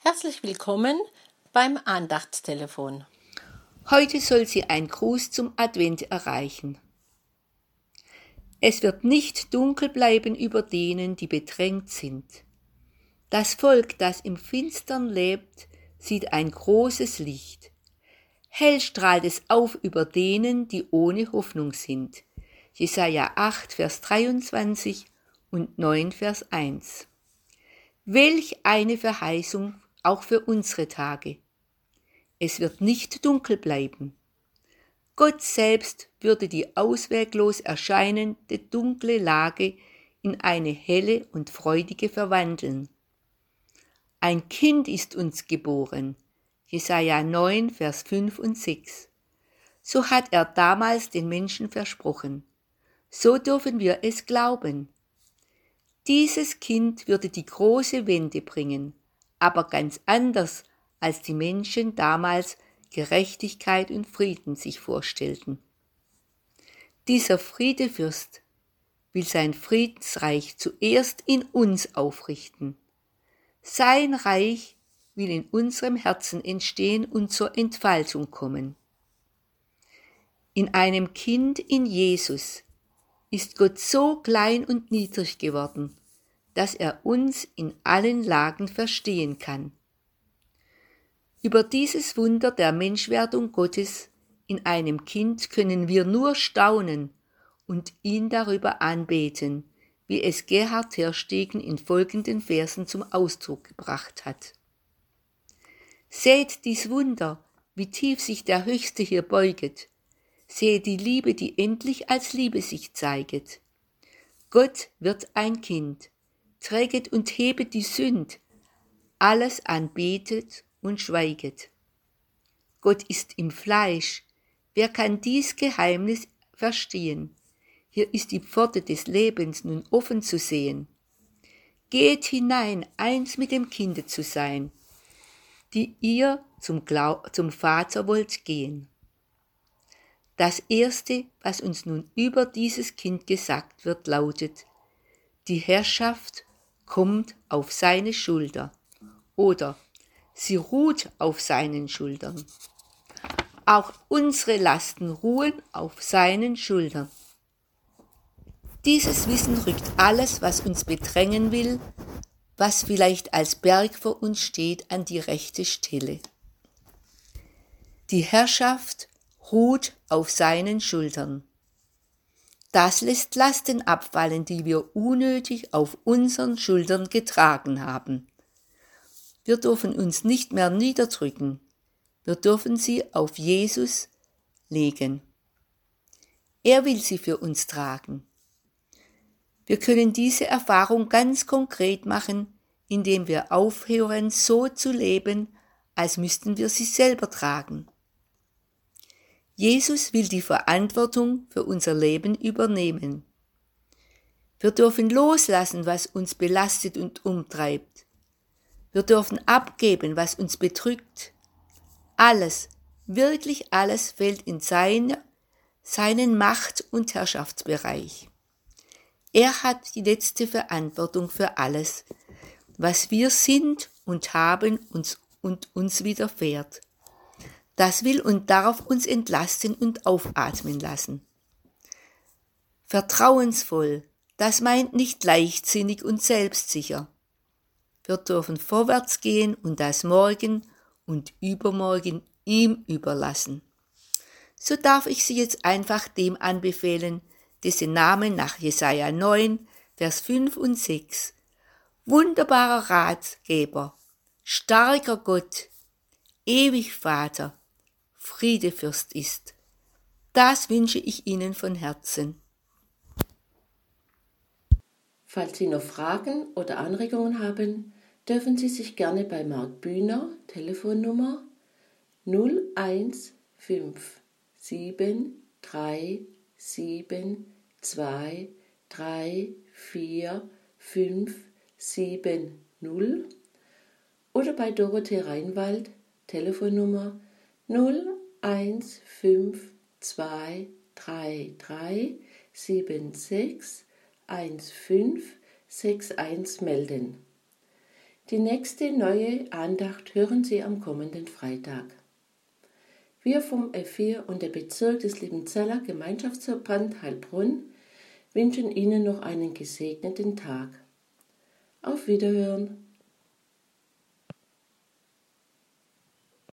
Herzlich willkommen beim Andachtstelefon. Heute soll Sie ein Gruß zum Advent erreichen. Es wird nicht dunkel bleiben über denen, die bedrängt sind. Das Volk, das im Finstern lebt, sieht ein großes Licht. Hell strahlt es auf über denen, die ohne Hoffnung sind. Jesaja 8, Vers 23 und 9, Vers 1. Welch eine Verheißung auch für unsere Tage. Es wird nicht dunkel bleiben. Gott selbst würde die ausweglos erscheinende dunkle Lage in eine helle und freudige verwandeln. Ein Kind ist uns geboren. Jesaja 9, Vers 5 und 6. So hat er damals den Menschen versprochen. So dürfen wir es glauben. Dieses Kind würde die große Wende bringen, aber ganz anders, als die Menschen damals Gerechtigkeit und Frieden sich vorstellten. Dieser Friedefürst will sein Friedensreich zuerst in uns aufrichten. Sein Reich will in unserem Herzen entstehen und zur Entfaltung kommen. In einem Kind in Jesus ist Gott so klein und niedrig geworden, dass er uns in allen Lagen verstehen kann. Über dieses Wunder der Menschwerdung Gottes in einem Kind können wir nur staunen und ihn darüber anbeten, wie es Gerhard Tersteegen in folgenden Versen zum Ausdruck gebracht hat. Seht dies Wunder, wie tief sich der Höchste hier beuget. Seht die Liebe, die endlich als Liebe sich zeiget. Gott wird ein Kind, träget und hebet die Sünd, alles anbetet und schweiget. Gott ist im Fleisch, wer kann dies Geheimnis verstehen? Hier ist die Pforte des Lebens nun offen zu sehen. Geht hinein, eins mit dem Kinde zu sein, die ihr zum Vater wollt gehen. Das Erste, was uns nun über dieses Kind gesagt wird, lautet: Die Herrschaft kommt auf seine Schulter oder sie ruht auf seinen Schultern. Auch unsere Lasten ruhen auf seinen Schultern. Dieses Wissen rückt alles, was uns bedrängen will, was vielleicht als Berg vor uns steht, an die rechte Stelle. Die Herrschaft ruht auf seinen Schultern. Das lässt Lasten abfallen, die wir unnötig auf unseren Schultern getragen haben. Wir dürfen uns nicht mehr niederdrücken. Wir dürfen sie auf Jesus legen. Er will sie für uns tragen. Wir können diese Erfahrung ganz konkret machen, indem wir aufhören, so zu leben, als müssten wir sie selber tragen. Jesus will die Verantwortung für unser Leben übernehmen. Wir dürfen loslassen, was uns belastet und umtreibt. Wir dürfen abgeben, was uns bedrückt. Alles, wirklich alles fällt in seinen Macht- und Herrschaftsbereich. Er hat die letzte Verantwortung für alles, was wir sind und haben und uns widerfährt. Das will und darf uns entlasten und aufatmen lassen. Vertrauensvoll, das meint nicht leichtsinnig und selbstsicher. Wir dürfen vorwärts gehen und das Morgen und Übermorgen ihm überlassen. So darf ich Sie jetzt einfach dem anbefehlen, dessen Namen nach Jesaja 9, Vers 5 und 6, wunderbarer Ratgeber, starker Gott, ewig Vater, Friedefürst ist. Das wünsche ich Ihnen von Herzen. Falls Sie noch Fragen oder Anregungen haben, dürfen Sie sich gerne bei Marc Bühner, Telefonnummer 015773345570 oder bei Dorothee Reinwald, Telefonnummer 015233761561 melden. Die nächste neue Andacht hören Sie am kommenden Freitag. Wir vom F4 und der Bezirk des Liebenzeller Gemeinschaftsverband Heilbronn wünschen Ihnen noch einen gesegneten Tag. Auf Wiederhören!